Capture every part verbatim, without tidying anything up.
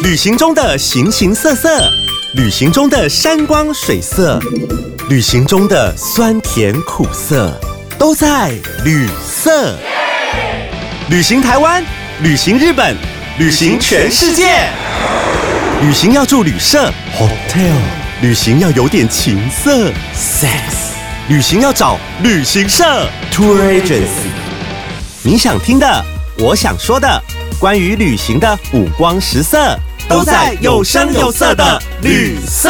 旅行中的形形色色，旅行中的山光水色，旅行中的酸甜苦涩，都在旅色。旅行台湾，旅行日本，旅行全世界。旅行要住旅社 Hotel， 旅行要有点情色 Sex， 旅行要找旅行社 Tour Agency。你想听的，我想说的，关于旅行的五光十色，都在有声有色的旅色。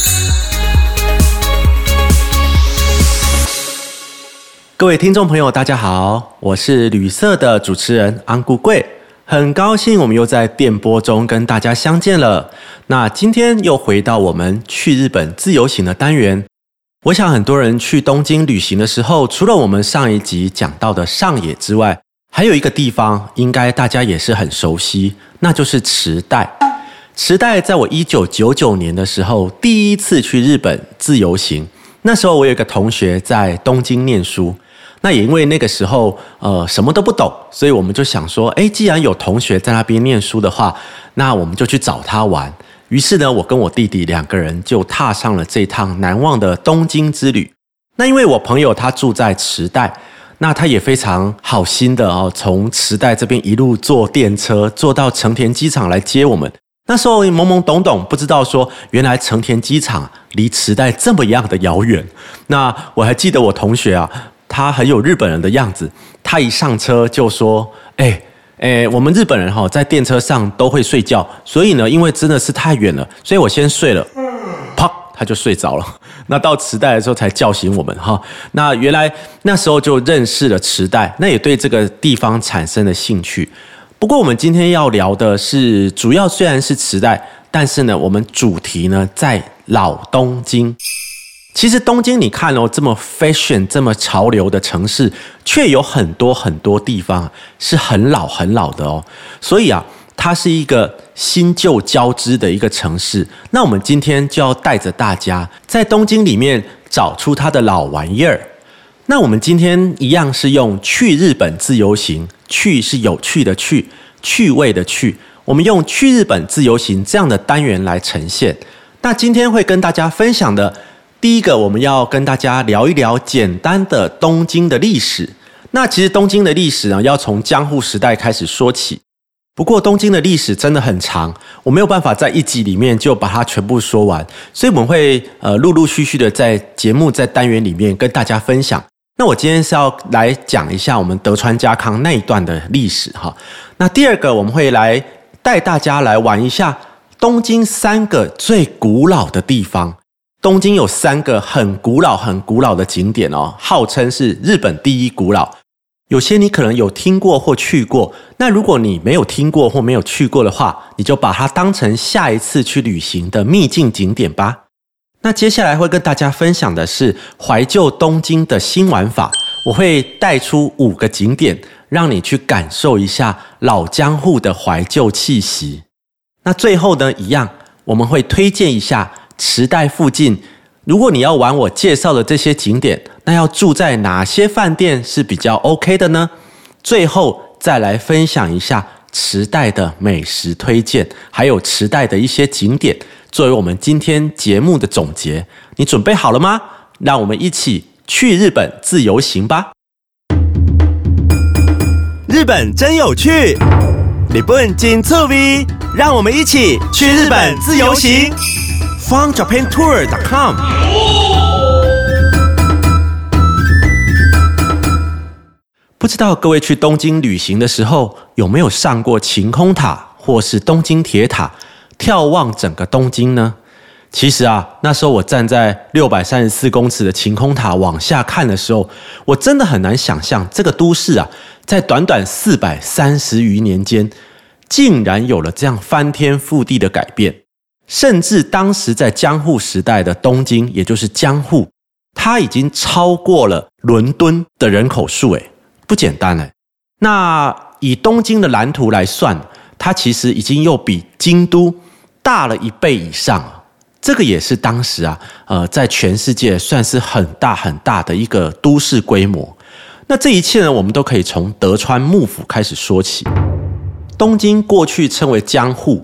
各位听众朋友，大家好，我是旅色的主持人安顾贵，很高兴我们又在电波中跟大家相见了。那今天又回到我们去日本自由行的单元。我想很多人去东京旅行的时候，除了我们上一集讲到的上野之外，还有一个地方应该大家也是很熟悉，那就是池袋。池袋在我一九九九年的时候第一次去日本自由行，那时候我有一个同学在东京念书，那也因为那个时候呃什么都不懂，所以我们就想说，诶，既然有同学在那边念书的话，那我们就去找他玩。于是呢，我跟我弟弟两个人就踏上了这趟难忘的东京之旅。那因为我朋友他住在池袋，那他也非常好心的哦，从池袋这边一路坐电车坐到成田机场来接我们。那时候懵懵懂懂，不知道说原来成田机场离池袋这么样的遥远。那我还记得我同学啊，他很有日本人的样子，他一上车就说：“哎。”诶，我们日本人哈在电车上都会睡觉，所以呢，因为真的是太远了，所以我先睡了，啪，他就睡着了。那到池袋的时候才叫醒我们哈。那原来那时候就认识了池袋，那也对这个地方产生了兴趣。不过我们今天要聊的是，主要虽然是池袋，但是呢，我们主题呢在老东京。其实东京你看哦，这么 fashion 这么潮流的城市，却有很多很多地方是很老很老的哦。所以啊，它是一个新旧交织的一个城市。那我们今天就要带着大家在东京里面找出它的老玩意儿。那我们今天一样是用去日本自由行，去是有趣的去，趣味的去，我们用去日本自由行这样的单元来呈现。那今天会跟大家分享的第一个，我们要跟大家聊一聊简单的东京的历史。那其实东京的历史呢，要从江户时代开始说起。不过东京的历史真的很长，我没有办法在一集里面就把它全部说完，所以我们会呃陆陆续续的在节目在单元里面跟大家分享。那我今天是要来讲一下我们德川家康那一段的历史哈。那第二个，我们会来带大家来玩一下东京三个最古老的地方。东京有三个很古老很古老的景点哦，号称是日本第一古老。有些你可能有听过或去过，那如果你没有听过或没有去过的话，你就把它当成下一次去旅行的秘境景点吧。那接下来会跟大家分享的是怀旧东京的新玩法，我会带出五个景点，让你去感受一下老江户的怀旧气息。那最后呢，一样我们会推荐一下池袋附近，如果你要玩我介绍的这些景点，那要住在哪些饭店是比较 OK 的呢？最后再来分享一下池袋的美食推荐，还有池袋的一些景点，作为我们今天节目的总结。你准备好了吗？让我们一起去日本自由行吧！ 日本真有趣，日本真趣味，让我们一起去日本自由行。fun japan tour dot com。 不知道各位去东京旅行的时候，有没有上过晴空塔或是东京铁塔，眺望整个东京呢？其实啊，那时候我站在六百三十四公尺的晴空塔往下看的时候，我真的很难想象这个都市啊，在短短四百三十余年间，竟然有了这样翻天覆地的改变。甚至当时在江户时代的东京，也就是江户，它已经超过了伦敦的人口数，诶，不简单诶。那以东京的蓝图来算，它其实已经又比京都大了一倍以上。这个也是当时啊，呃，在全世界算是很大很大的一个都市规模。那这一切呢，我们都可以从德川幕府开始说起。东京过去称为江户，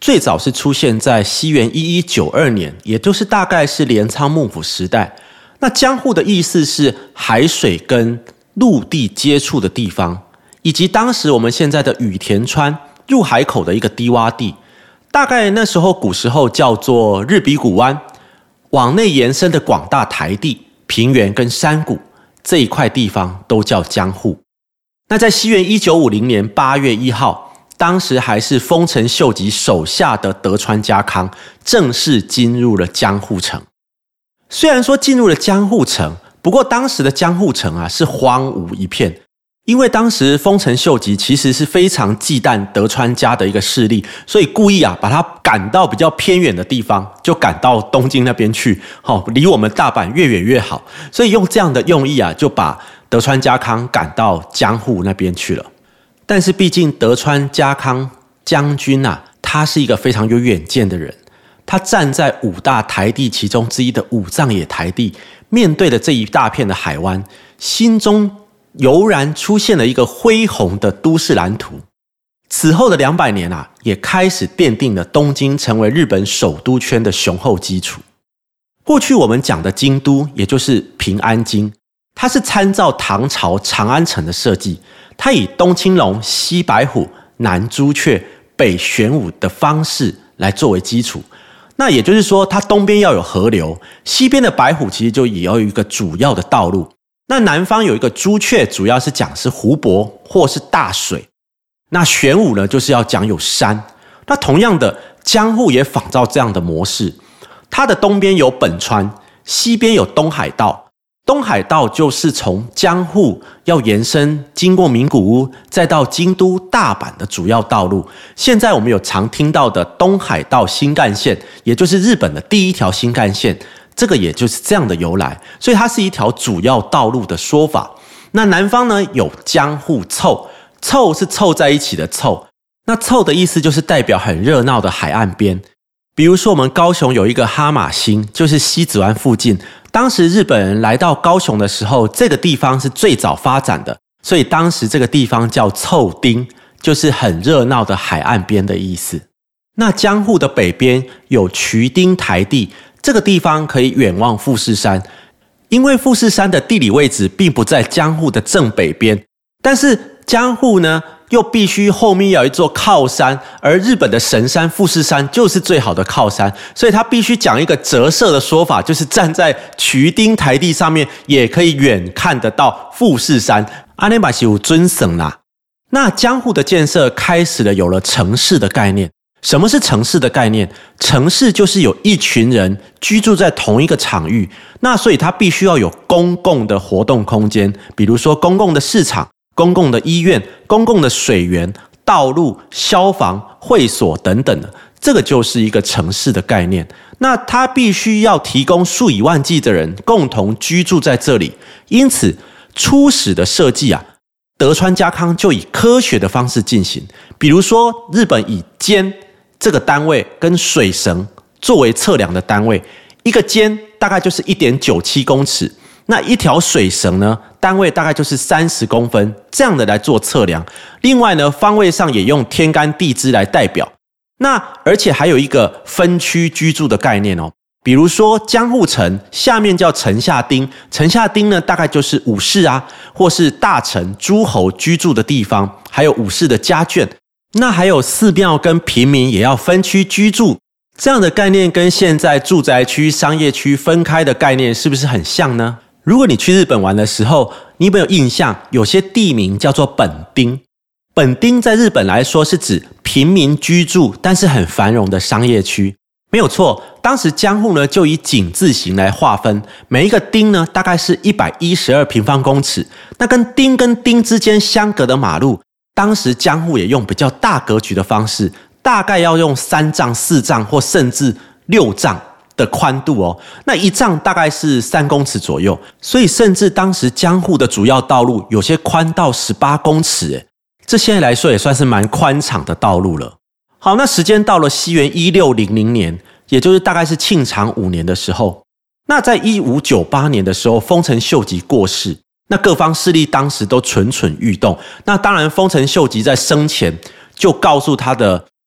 最早是出现在西元一一九二年，也就是大概是镰仓幕府时代。那江户的意思是海水跟陆地接触的地方，以及当时我们现在的羽田川入海口的一个低洼地，大概那时候古时候叫做日比谷湾，往内延伸的广大台地、平原跟山谷这一块地方都叫江户。那在西元一九五零年八月一号，当时还是丰臣秀吉手下的德川家康正式进入了江户城。虽然说进入了江户城，不过当时的江户城啊是荒芜一片，因为当时丰臣秀吉其实是非常忌惮德川家的一个势力，所以故意啊把他赶到比较偏远的地方，就赶到东京那边去，哦，离我们大阪越远越好。所以用这样的用意啊，就把德川家康赶到江户那边去了。但是毕竟德川家康将军啊，他是一个非常有远见的人。他站在五大台地其中之一的武藏野台地，面对的这一大片的海湾，心中油然出现了一个恢宏的都市蓝图。此后的两百年啊，也开始奠定了东京成为日本首都圈的雄厚基础。过去我们讲的京都，也就是平安京，它是参照唐朝长安城的设计，它以东青龙、西白虎、南朱雀、北玄武的方式来作为基础。那也就是说，它东边要有河流，西边的白虎其实就也要有一个主要的道路。那南方有一个朱雀，主要是讲是湖泊或是大水。那玄武呢，就是要讲有山。那同样的，江户也仿照这样的模式，它的东边有本川，西边有东海道。东海道就是从江户要延伸，经过名古屋，再到京都、大阪的主要道路。现在我们有常听到的东海道新干线，也就是日本的第一条新干线，这个也就是这样的由来，所以它是一条主要道路的说法。那南方呢，有江户凑，凑是凑在一起的凑，那凑的意思就是代表很热闹的海岸边。比如说我们高雄有一个哈马星，就是西子湾附近，当时日本人来到高雄的时候，这个地方是最早发展的，所以当时这个地方叫凑町，就是很热闹的海岸边的意思。那江户的北边有渠町台地，这个地方可以远望富士山，因为富士山的地理位置并不在江户的正北边，但是江户呢又必须后面要有一座靠山，而日本的神山富士山就是最好的靠山，所以他必须讲一个折射的说法，就是站在渠町台地上面也可以远看得到富士山，这样是有尊省啦。那江户的建设开始了有了城市的概念。什么是城市的概念？城市就是有一群人居住在同一个场域，那所以它必须要有公共的活动空间，比如说公共的市场、公共的医院、公共的水源、道路、消防、会所等等的，这个就是一个城市的概念。那它必须要提供数以万计的人共同居住在这里，因此初始的设计啊，德川家康就以科学的方式进行。比如说日本以间这个单位跟水绳作为测量的单位，一个间大概就是 一点九七公尺，那一条水绳呢，单位大概就是三十公分，这样的来做测量。另外呢，方位上也用天干地支来代表。那而且还有一个分区居住的概念哦，比如说江户城下面叫城下町，城下町呢大概就是武士啊，或是大臣诸侯居住的地方，还有武士的家眷。那还有寺庙跟平民也要分区居住，这样的概念跟现在住宅区、商业区分开的概念是不是很像呢？如果你去日本玩的时候，你有没有印象，有些地名叫做本町？本町在日本来说是指平民居住但是很繁荣的商业区，没有错。当时江户呢就以井字形来划分，每一个町呢大概是一百一十二平方公尺，那跟町跟町之间相隔的马路，当时江户也用比较大格局的方式，大概要用三丈、四丈或甚至六丈的宽度哦。那一丈大概是三公尺左右，所以甚至当时江户的主要道路有些宽到十八公尺耶，这现在来说也算是蛮宽敞的道路了。好，那时间到了西元一六零零年，也就是大概是庆长五年的时候。那在一五九八年的时候，丰臣秀吉过世，那各方势力当时都蠢蠢欲动。那当然丰臣秀吉在生前就告诉他的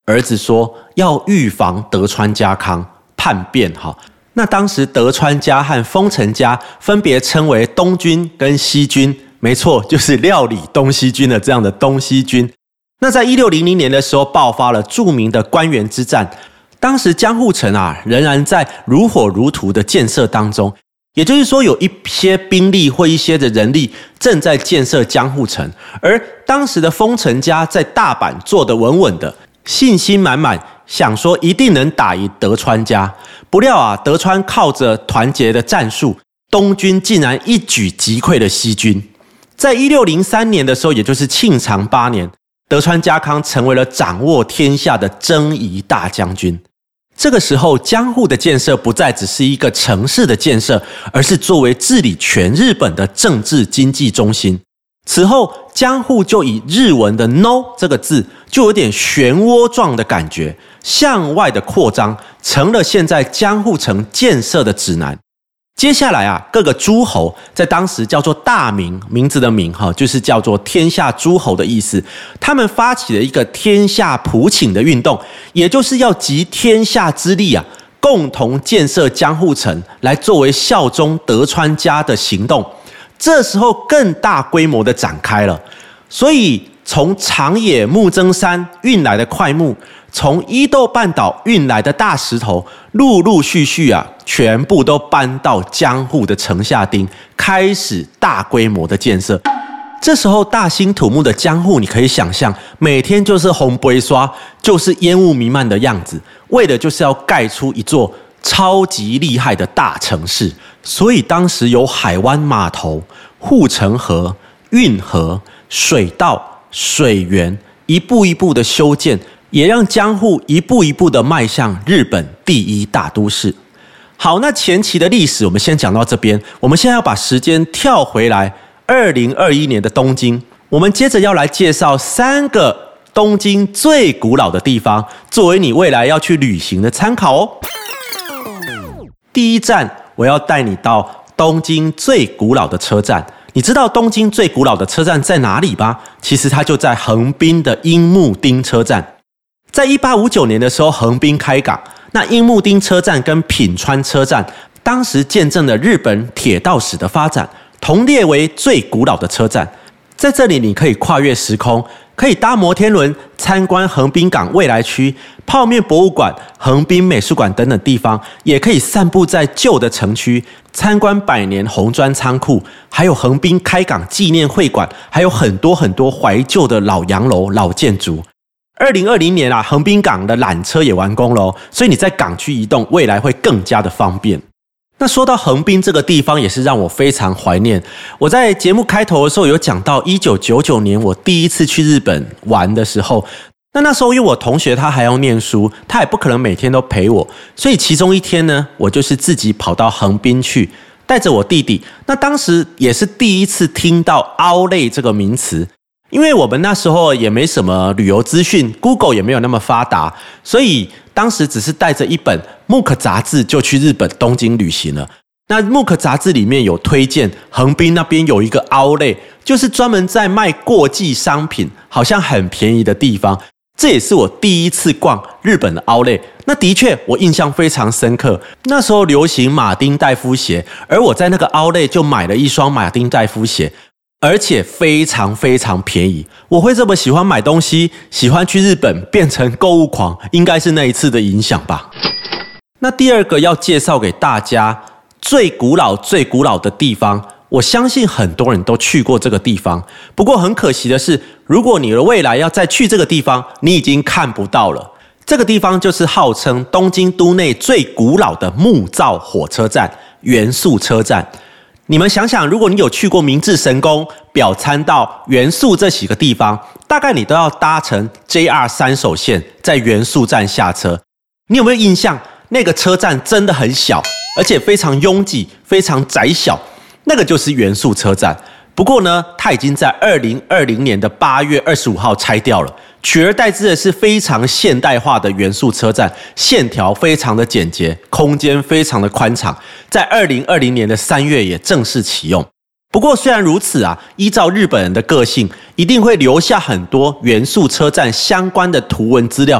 儿子说要预防德川家康叛变哈。那当时德川家和丰臣家分别称为东军跟西军，没错，就是料理东西军的这样的东西军。那在一六零零年的时候爆发了著名的关原之战，当时江户城啊仍然在如火如荼的建设当中，也就是说有一些兵力或一些的人力正在建设江户城，而当时的丰臣家在大阪坐得稳稳的，信心满满，想说一定能打赢德川家。不料啊，德川靠着团结的战术，东军竟然一举击溃了西军。在一六零三年的时候，也就是庆长八年，德川家康成为了掌握天下的征夷大将军。这个时候，江户的建设不再只是一个城市的建设，而是作为治理全日本的政治经济中心。此后，江户就以日文的 no 这个字，就有点漩涡状的感觉，向外的扩张，成了现在江户城建设的指南。接下来啊，各个诸侯在当时叫做大名，名字的名哈，就是叫做天下诸侯的意思。他们发起了一个天下普请的运动，也就是要集天下之力啊，共同建设江户城，来作为效忠德川家的行动。这时候更大规模的展开了，所以从长野木曾山运来的块木，从伊豆半岛运来的大石头，陆陆续续啊，全部都搬到江户的城下町，开始大规模的建设。这时候大兴土木的江户，你可以想象，每天就是红杯刷，就是烟雾弥漫的样子，为的就是要盖出一座超级厉害的大城市。所以当时有海湾码头、护城河、运河、水道、水源，一步一步的修建，也让江户一步一步的迈向日本第一大都市。好，那前期的历史我们先讲到这边，我们现在要把时间跳回来二零二一年的东京，我们接着要来介绍三个东京最古老的地方，作为你未来要去旅行的参考哦。第一站，我要带你到东京最古老的车站。你知道东京最古老的车站在哪里吗？其实它就在横滨的樱木町车站。在一八五九年的时候，横滨开港，那樱木町车站跟品川车站当时见证了日本铁道史的发展，同列为最古老的车站。在这里你可以跨越时空，可以搭摩天轮参观横滨港未来区、泡面博物馆、横滨美术馆等等地方，也可以散步在旧的城区，参观百年红砖仓库，还有横滨开港纪念会馆，还有很多很多怀旧的老洋楼、老建筑。二零二零年啊，横滨港的缆车也完工了哦，所以你在港区移动，未来会更加的方便。那说到横滨这个地方，也是让我非常怀念。我在节目开头的时候有讲到一九九九年我第一次去日本玩的时候，那那时候因为我同学他还要念书，他也不可能每天都陪我，所以其中一天呢，我就是自己跑到横滨去，带着我弟弟。那当时也是第一次听到 Outlet 这个名词，因为我们那时候也没什么旅游资讯， Google 也没有那么发达，所以当时只是带着一本 M O O C 杂志就去日本东京旅行了。那 M O O C 杂志里面有推荐横滨那边有一个 Outlet， 就是专门在卖过季商品，好像很便宜的地方。这也是我第一次逛日本的 Outlet。那的确我印象非常深刻，那时候流行马丁戴夫鞋，而我在那个 Outlet 就买了一双马丁戴夫鞋，而且非常非常便宜。我会这么喜欢买东西，喜欢去日本，变成购物狂，应该是那一次的影响吧。那第二个要介绍给大家最古老最古老的地方，我相信很多人都去过这个地方，不过很可惜的是，如果你的未来要再去这个地方，你已经看不到了。这个地方就是号称东京都内最古老的木造火车站——原宿车站。你们想想，如果你有去过明治神宫、表参道、原宿这几个地方，大概你都要搭乘 J R 三手线在原宿站下车。你有没有印象？那个车站真的很小，而且非常拥挤，非常窄小。那个就是原宿车站。不过呢，它已经在二零二零年的八月二十五号拆掉了，取而代之的是非常现代化的原宿车站，线条非常的简洁，空间非常的宽敞，在二零二零年的三月也正式启用。不过虽然如此啊，依照日本人的个性，一定会留下很多原宿车站相关的图文资料，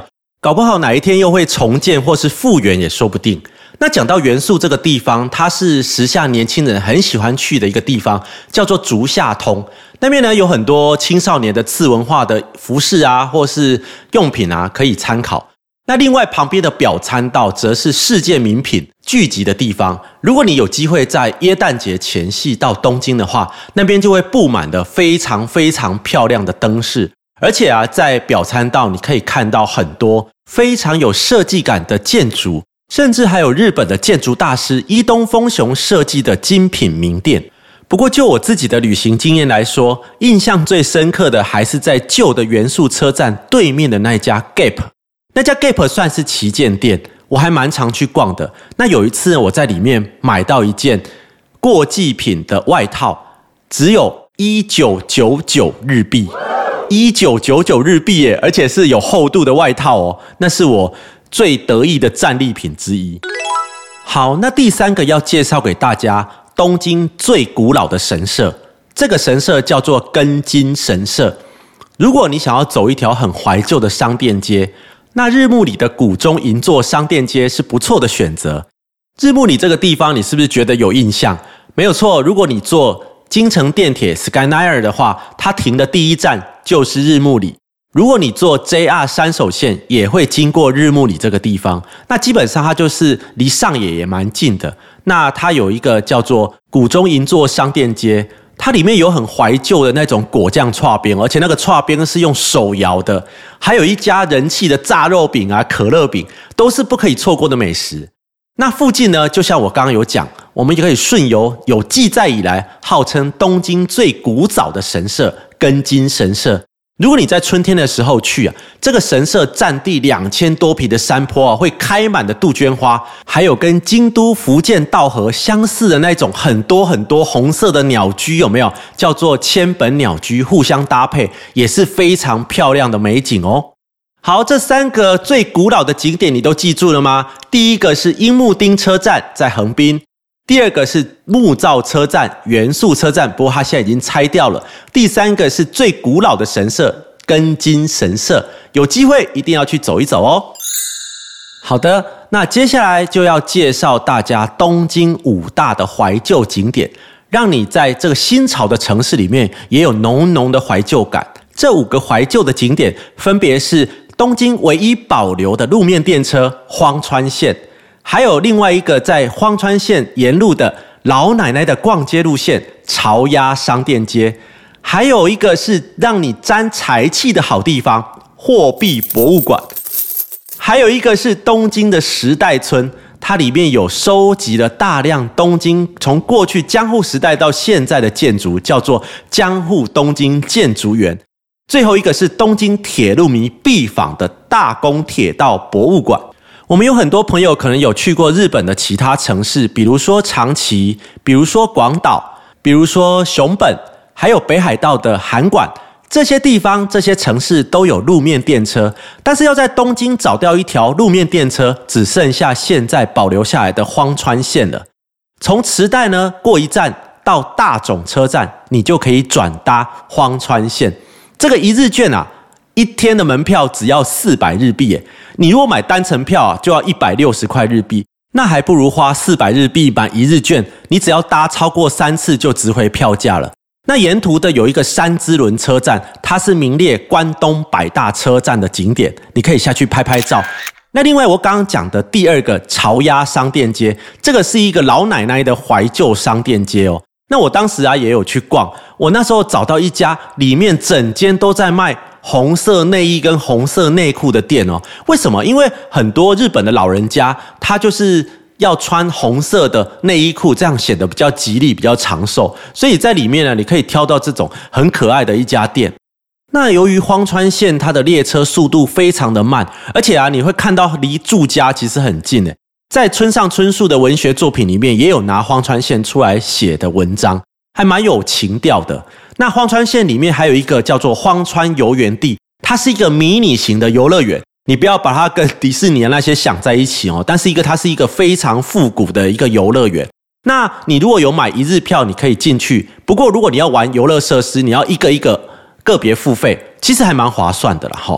搞不好哪一天又会重建或是复原也说不定。那讲到元素这个地方，它是时下年轻人很喜欢去的一个地方，叫做竹下通。那边呢有很多青少年的次文化的服饰啊，或是用品啊可以参考。那另外旁边的表参道则是世界名品聚集的地方。如果你有机会在耶诞节前夕到东京的话，那边就会布满的非常非常漂亮的灯饰。而且啊，在表参道你可以看到很多非常有设计感的建筑，甚至还有日本的建筑大师伊东丰雄设计的精品名店。不过就我自己的旅行经验来说，印象最深刻的还是在旧的元素车站对面的那一家 Gap。 那家 Gap 算是旗舰店，我还蛮常去逛的。那有一次我在里面买到一件过季品的外套，只有一千九百九十九日币，一千九百九十九日币耶，而且是有厚度的外套哦，那是我最得意的战利品之一。好，那第三个要介绍给大家，东京最古老的神社，这个神社叫做根津神社。如果你想要走一条很怀旧的商店街，那日暮里的谷中银座商店街是不错的选择。日暮里这个地方你是不是觉得有印象？没有错，如果你坐京成电铁 Skyliner 的话，它停的第一站就是日暮里。如果你坐 J R 山手线也会经过日暮里这个地方，那基本上它就是离上野也蛮近的。那它有一个叫做谷中银座商店街，它里面有很怀旧的那种果酱剉边，而且那个剉边是用手摇的，还有一家人气的炸肉饼啊、可乐饼，都是不可以错过的美食。那附近呢，就像我刚刚有讲，我们也可以顺游有记载以来号称东京最古早的神社根津神社。如果你在春天的时候去啊，这个神社占地两千多坪的山坡啊，会开满的杜鹃花，还有跟京都伏见稻荷相似的那种很多很多红色的鸟居，有没有？叫做千本鸟居，互相搭配，也是非常漂亮的美景哦。好，这三个最古老的景点你都记住了吗？第一个是樱木町车站，在横滨。第二个是木造车站元素车站，不过它现在已经拆掉了。第三个是最古老的神社根津神社，有机会一定要去走一走哦。好的，那接下来就要介绍大家东京五大的怀旧景点，让你在这个新潮的城市里面也有浓浓的怀旧感。这五个怀旧的景点分别是东京唯一保留的路面电车荒川线，还有另外一个在荒川线沿路的老奶奶的逛街路线潮鸭商店街，还有一个是让你沾财气的好地方货币博物馆，还有一个是东京的时代村，它里面有收集了大量东京从过去江户时代到现在的建筑，叫做江户东京建筑园。最后一个是东京铁路迷必访的大宫铁道博物馆。我们有很多朋友可能有去过日本的其他城市，比如说长崎，比如说广岛，比如说熊本，还有北海道的函馆。这些地方这些城市都有路面电车，但是要在东京找到一条路面电车，只剩下现在保留下来的荒川线了。从池袋呢过一站到大冢车站，你就可以转搭荒川线。这个一日券啊，一天的门票只要四百日币耶，你如果买单程票啊，就要一百六十块日币，那还不如花四百日币买一日券，你只要搭超过三次就值回票价了。那沿途的有一个山之轮车站，它是名列关东百大车站的景点，你可以下去拍拍照。那另外我刚刚讲的第二个潮鸭商店街，这个是一个老奶奶的怀旧商店街哦。那我当时啊也有去逛，我那时候找到一家里面整间都在卖红色内衣跟红色内裤的店哦。为什么？因为很多日本的老人家他就是要穿红色的内衣裤，这样显得比较吉利比较长寿，所以在里面呢你可以挑到这种很可爱的一家店。那由于荒川线它的列车速度非常的慢，而且啊你会看到离住家其实很近耶，在村上春树的文学作品里面也有拿荒川线出来写的文章，还蛮有情调的。那荒川线里面还有一个叫做荒川游园地，它是一个迷你型的游乐园，你不要把它跟迪士尼的那些想在一起哦，但是一个它是一个非常复古的一个游乐园。那你如果有买一日票你可以进去，不过如果你要玩游乐设施，你要一个一个个别付费，其实还蛮划算的啦齁。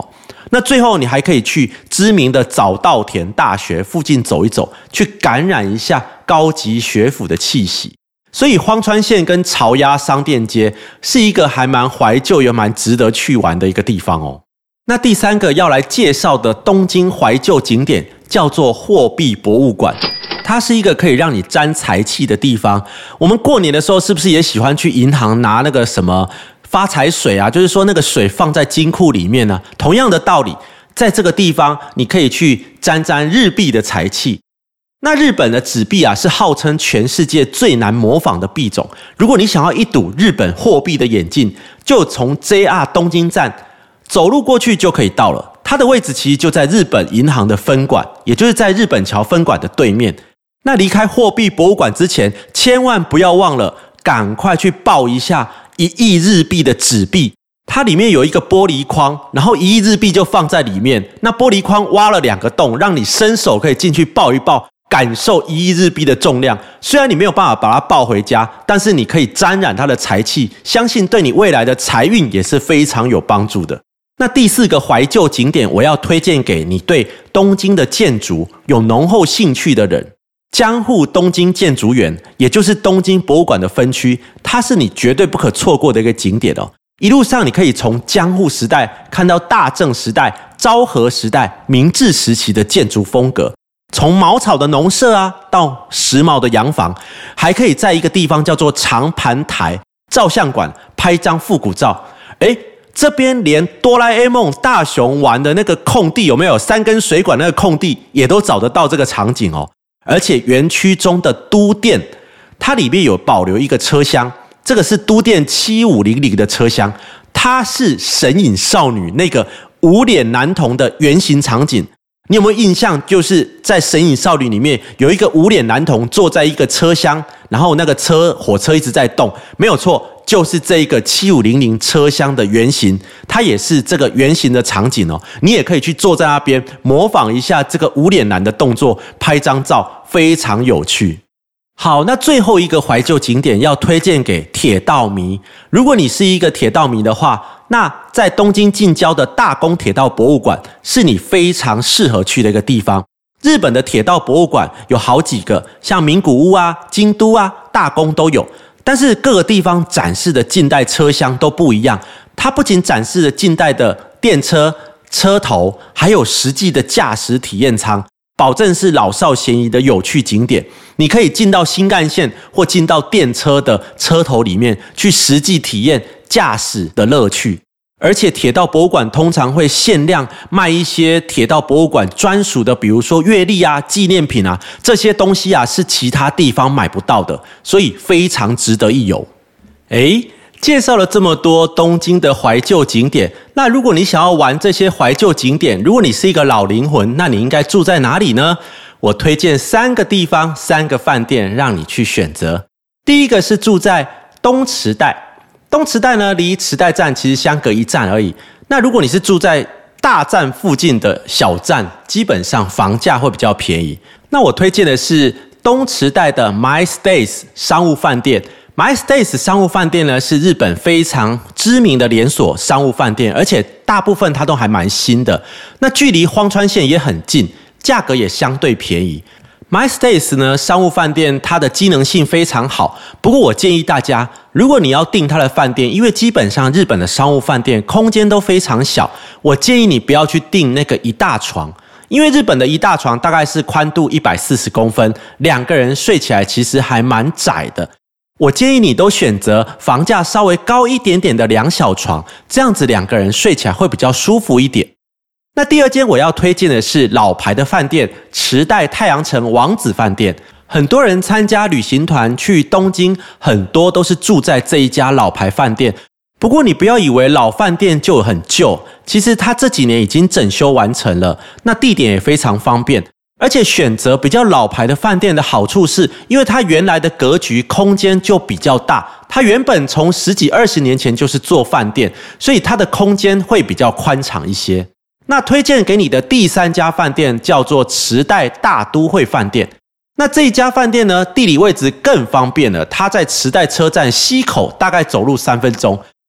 那最后你还可以去知名的早稻田大学附近走一走，去感染一下高级学府的气息。所以荒川线跟巢鸭商店街是一个还蛮怀旧又蛮值得去玩的一个地方哦。那第三个要来介绍的东京怀旧景点叫做货币博物馆，它是一个可以让你沾财气的地方。我们过年的时候是不是也喜欢去银行拿那个什么发财水啊，就是说那个水放在金库里面呢？同样的道理，在这个地方你可以去沾沾日币的财气。那日本的纸币啊，是号称全世界最难模仿的币种。如果你想要一睹日本货币的演进，就从 J R 东京站走路过去就可以到了。它的位置其实就在日本银行的分馆，也就是在日本桥分馆的对面。那离开货币博物馆之前，千万不要忘了赶快去抱一下一亿日币的纸币。它里面有一个玻璃框，然后一亿日币就放在里面。那玻璃框挖了两个洞，让你伸手可以进去抱一抱，感受一亿日币的重量。虽然你没有办法把它抱回家，但是你可以沾染它的财气，相信对你未来的财运也是非常有帮助的。那第四个怀旧景点，我要推荐给你对东京的建筑有浓厚兴趣的人。江户东京建筑园，也就是东京博物馆的分区，它是你绝对不可错过的一个景点哦。一路上你可以从江户时代看到大正时代、昭和时代、明治时期的建筑风格，从茅草的农舍啊，到时髦的洋房，还可以在一个地方叫做长盘台照相馆拍张复古照。诶，这边连哆啦 A 梦大雄玩的那个空地，有没有三根水管那个空地，也都找得到这个场景哦。而且园区中的都电，它里面有保留一个车厢，这个是都电七五零零的车厢，它是神隐少女那个无脸男童的原型场景。你有没有印象？就是在神隐少女里面有一个无脸男童坐在一个车厢，然后那个车火车一直在动，没有错，就是这个七五零零车厢的原型，它也是这个原型的场景哦。你也可以去坐在那边模仿一下这个无脸男的动作，拍张照，非常有趣。好，那最后一个怀旧景点要推荐给铁道迷。如果你是一个铁道迷的话，那在东京近郊的大宫铁道博物馆是你非常适合去的一个地方。日本的铁道博物馆有好几个，像名古屋啊、京都啊、大宫都有，但是各个地方展示的近代车厢都不一样。它不仅展示了近代的电车、车头，还有实际的驾驶体验舱，保证是老少咸宜的有趣景点。你可以进到新干线或进到电车的车头里面去实际体验驾驶的乐趣。而且铁道博物馆通常会限量卖一些铁道博物馆专属的，比如说月历啊、纪念品啊，这些东西啊是其他地方买不到的，所以非常值得一游。诶，介绍了这么多东京的怀旧景点，那如果你想要玩这些怀旧景点，如果你是一个老灵魂，那你应该住在哪里呢？我推荐三个地方、三个饭店让你去选择。第一个是住在东池袋。东池袋呢，离池袋站其实相隔一站而已。那如果你是住在大站附近的小站，基本上房价会比较便宜。那我推荐的是东池袋的 MyStays 商务饭店。MyStays 商务饭店呢，是日本非常知名的连锁商务饭店，而且大部分它都还蛮新的。那距离荒川线也很近，价格也相对便宜。MyStays 呢，商务饭店它的机能性非常好，不过我建议大家，如果你要订它的饭店，因为基本上日本的商务饭店空间都非常小，我建议你不要去订那个一大床，因为日本的一大床大概是宽度一百四十公分，两个人睡起来其实还蛮窄的。我建议你都选择房价稍微高一点点的两小床，这样子两个人睡起来会比较舒服一点。那第二间我要推荐的是老牌的饭店池袋太阳城王子饭店。很多人参加旅行团去东京，很多都是住在这一家老牌饭店。不过你不要以为老饭店就很旧，其实它这几年已经整修完成了，那地点也非常方便。而且选择比较老牌的饭店的好处是，因为它原来的格局空间就比较大，它原本从十几二十年前就是做饭店，所以它的空间会比较宽敞一些。那推荐给你的第三家饭店叫做池袋大都会饭店。那这一家饭店呢，地理位置更方便了，它在池袋车站西口，大概走路三分钟。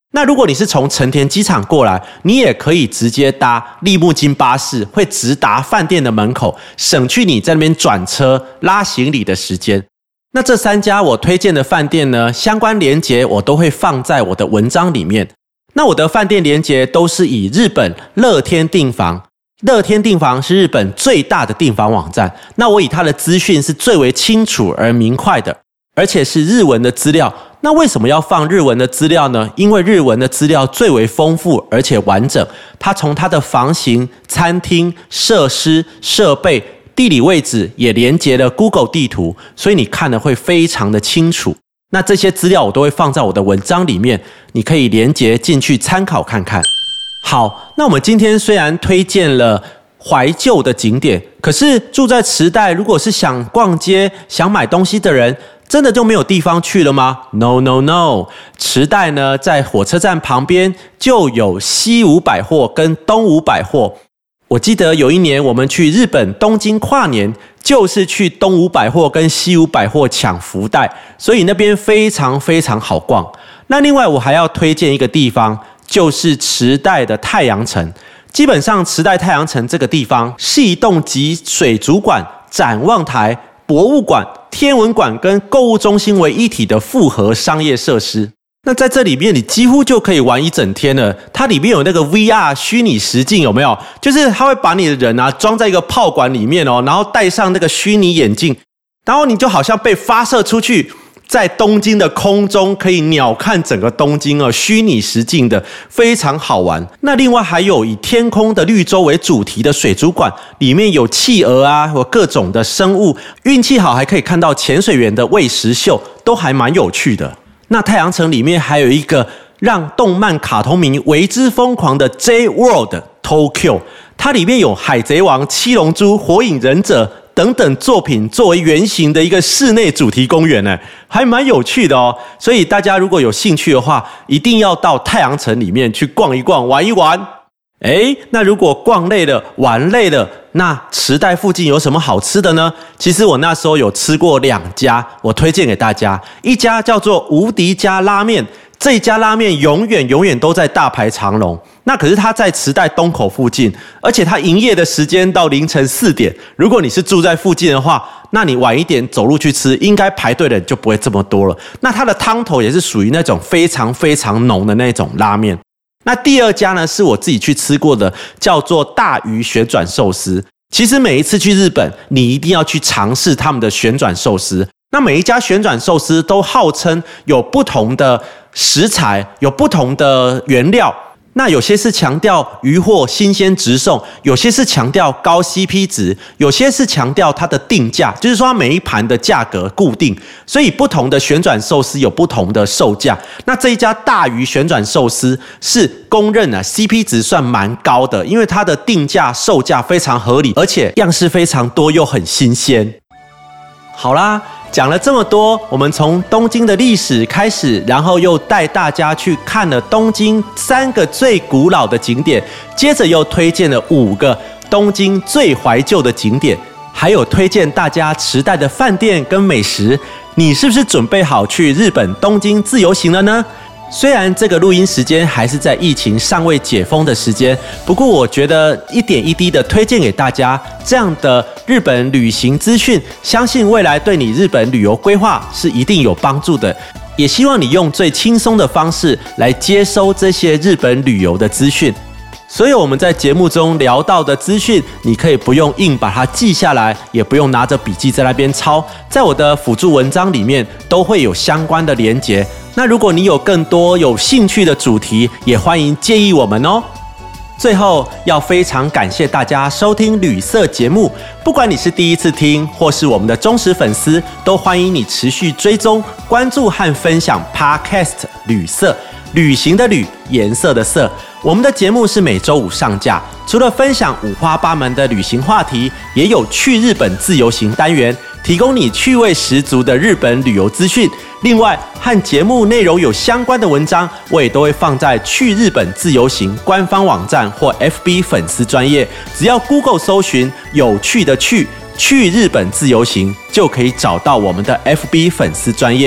那如果你是从成田机场过来，你也可以直接搭立木金巴士，会直达饭店的门口，省去你在那边转车拉行李的时间。那这三家我推荐的饭店呢，相关连结我都会放在我的文章里面。那我的饭店连结都是以日本乐天订房，乐天订房是日本最大的订房网站，那我以它的资讯是最为清楚而明快的，而且是日文的资料。那为什么要放日文的资料呢？因为日文的资料最为丰富而且完整，它从它的房型、餐厅、设施、设备、地理位置也连结了 Google 地图，所以你看的会非常的清楚。那这些资料我都会放在我的文章里面，你可以连结进去参考看看。好，那我们今天虽然推荐了怀旧的景点，可是住在池袋，如果是想逛街、想买东西的人，真的就没有地方去了吗？ No No No， 池袋呢在火车站旁边就有西武百货跟东武百货。我记得有一年我们去日本东京跨年，就是去东武百货跟西武百货抢福袋，所以那边非常非常好逛。那另外我还要推荐一个地方，就是池袋的太阳城。基本上池袋太阳城这个地方是一栋集水族馆、展望台、博物馆、天文馆跟购物中心为一体的复合商业设施。那在这里面你几乎就可以玩一整天了。它里面有那个 V R 虚拟实境，有没有？就是它会把你的人啊装在一个炮管里面哦，然后戴上那个虚拟眼镜，然后你就好像被发射出去，在东京的空中可以鸟瞰整个东京哦，虚拟实境的，非常好玩。那另外还有以天空的绿洲为主题的水族馆，里面有企鹅啊，有各种的生物，运气好还可以看到潜水员的喂食秀，都还蛮有趣的。那太阳城里面还有一个让动漫卡通迷为之疯狂的 J World Tokyo， 它里面有海贼王、七龙珠、火影忍者等等作品作为原型的一个室内主题公园，还蛮有趣的哦。所以大家如果有兴趣的话，一定要到太阳城里面去逛一逛、玩一玩。诶，那如果逛累了、玩累了，那池袋附近有什么好吃的呢？其实我那时候有吃过两家，我推荐给大家。一家叫做无敌家拉面，这一家拉面永远永远都在大排长龙。那可是它在池袋东口附近，而且它营业的时间到凌晨四点。如果你是住在附近的话，那你晚一点走路去吃，应该排队的人就不会这么多了。那它的汤头也是属于那种非常非常浓的那种拉面。那第二家呢，是我自己去吃过的，叫做大鱼旋转寿司。其实每一次去日本，你一定要去尝试他们的旋转寿司。那每一家旋转寿司都号称有不同的食材，有不同的原料。那有些是强调鱼货新鲜直送，有些是强调高 C P 值，有些是强调它的定价，就是说它每一盘的价格固定，所以不同的旋转寿司有不同的售价。那这一家大鱼旋转寿司是公认啊 C P 值算蛮高的，因为它的定价售价非常合理，而且样式非常多又很新鲜。好啦，讲了这么多，我们从东京的历史开始，然后又带大家去看了东京三个最古老的景点，接着又推荐了五个东京最怀旧的景点，还有推荐大家池袋的饭店跟美食。你是不是准备好去日本东京自由行了呢？虽然这个录音时间还是在疫情尚未解封的时间，不过我觉得一点一滴的推荐给大家这样的日本旅行资讯，相信未来对你日本旅游规划是一定有帮助的。也希望你用最轻松的方式来接收这些日本旅游的资讯。所有我们在节目中聊到的资讯，你可以不用硬把它记下来，也不用拿着笔记在那边抄，在我的辅助文章里面都会有相关的连结。那如果你有更多有兴趣的主题，也欢迎建议我们哦。最后要非常感谢大家收听旅色节目，不管你是第一次听或是我们的忠实粉丝，都欢迎你持续追踪、关注和分享 Podcast 旅色，旅行的旅，颜色的色。我们的节目是每周五上架，除了分享五花八门的旅行话题，也有去日本自由行单元，提供你趣味十足的日本旅游资讯。另外，和节目内容有相关的文章，我也都会放在去日本自由行官方网站或 F B 粉丝专页，只要 Google 搜寻有趣的去去日本自由行，就可以找到我们的 F B 粉丝专页。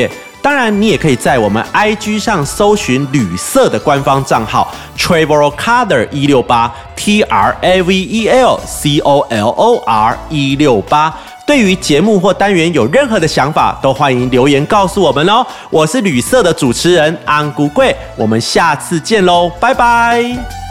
当然，你也可以在我们 I G 上搜寻旅色的官方账号 Travelcolor 一六八 T R A V E L C O L O R 一六八。对于节目或单元有任何的想法，都欢迎留言告诉我们哦。我是旅色的主持人安菇贵，我们下次见喽，拜拜。